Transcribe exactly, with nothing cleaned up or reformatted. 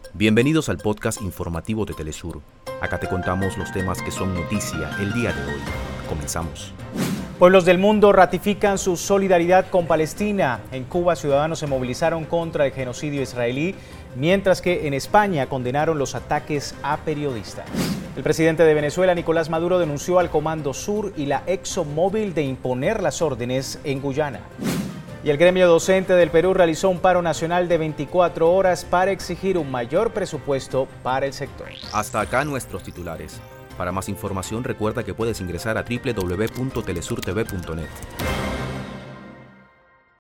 Bienvenidos al podcast informativo de Telesur. Acá te contamos los temas que son noticia el día de hoy. Comenzamos. Pueblos del mundo ratifican su solidaridad con Palestina. En Cuba, ciudadanos se movilizaron contra el genocidio israelí, mientras que en España condenaron los ataques a periodistas. El presidente de Venezuela, Nicolás Maduro, denunció al Comando Sur y la ExxonMobil de imponer las órdenes en Guyana. Y el gremio docente del Perú realizó un paro nacional de veinticuatro horas para exigir un mayor presupuesto para el sector. Hasta acá nuestros titulares. Para más información recuerda que puedes ingresar a doble u doble u doble u punto telesurtv punto net.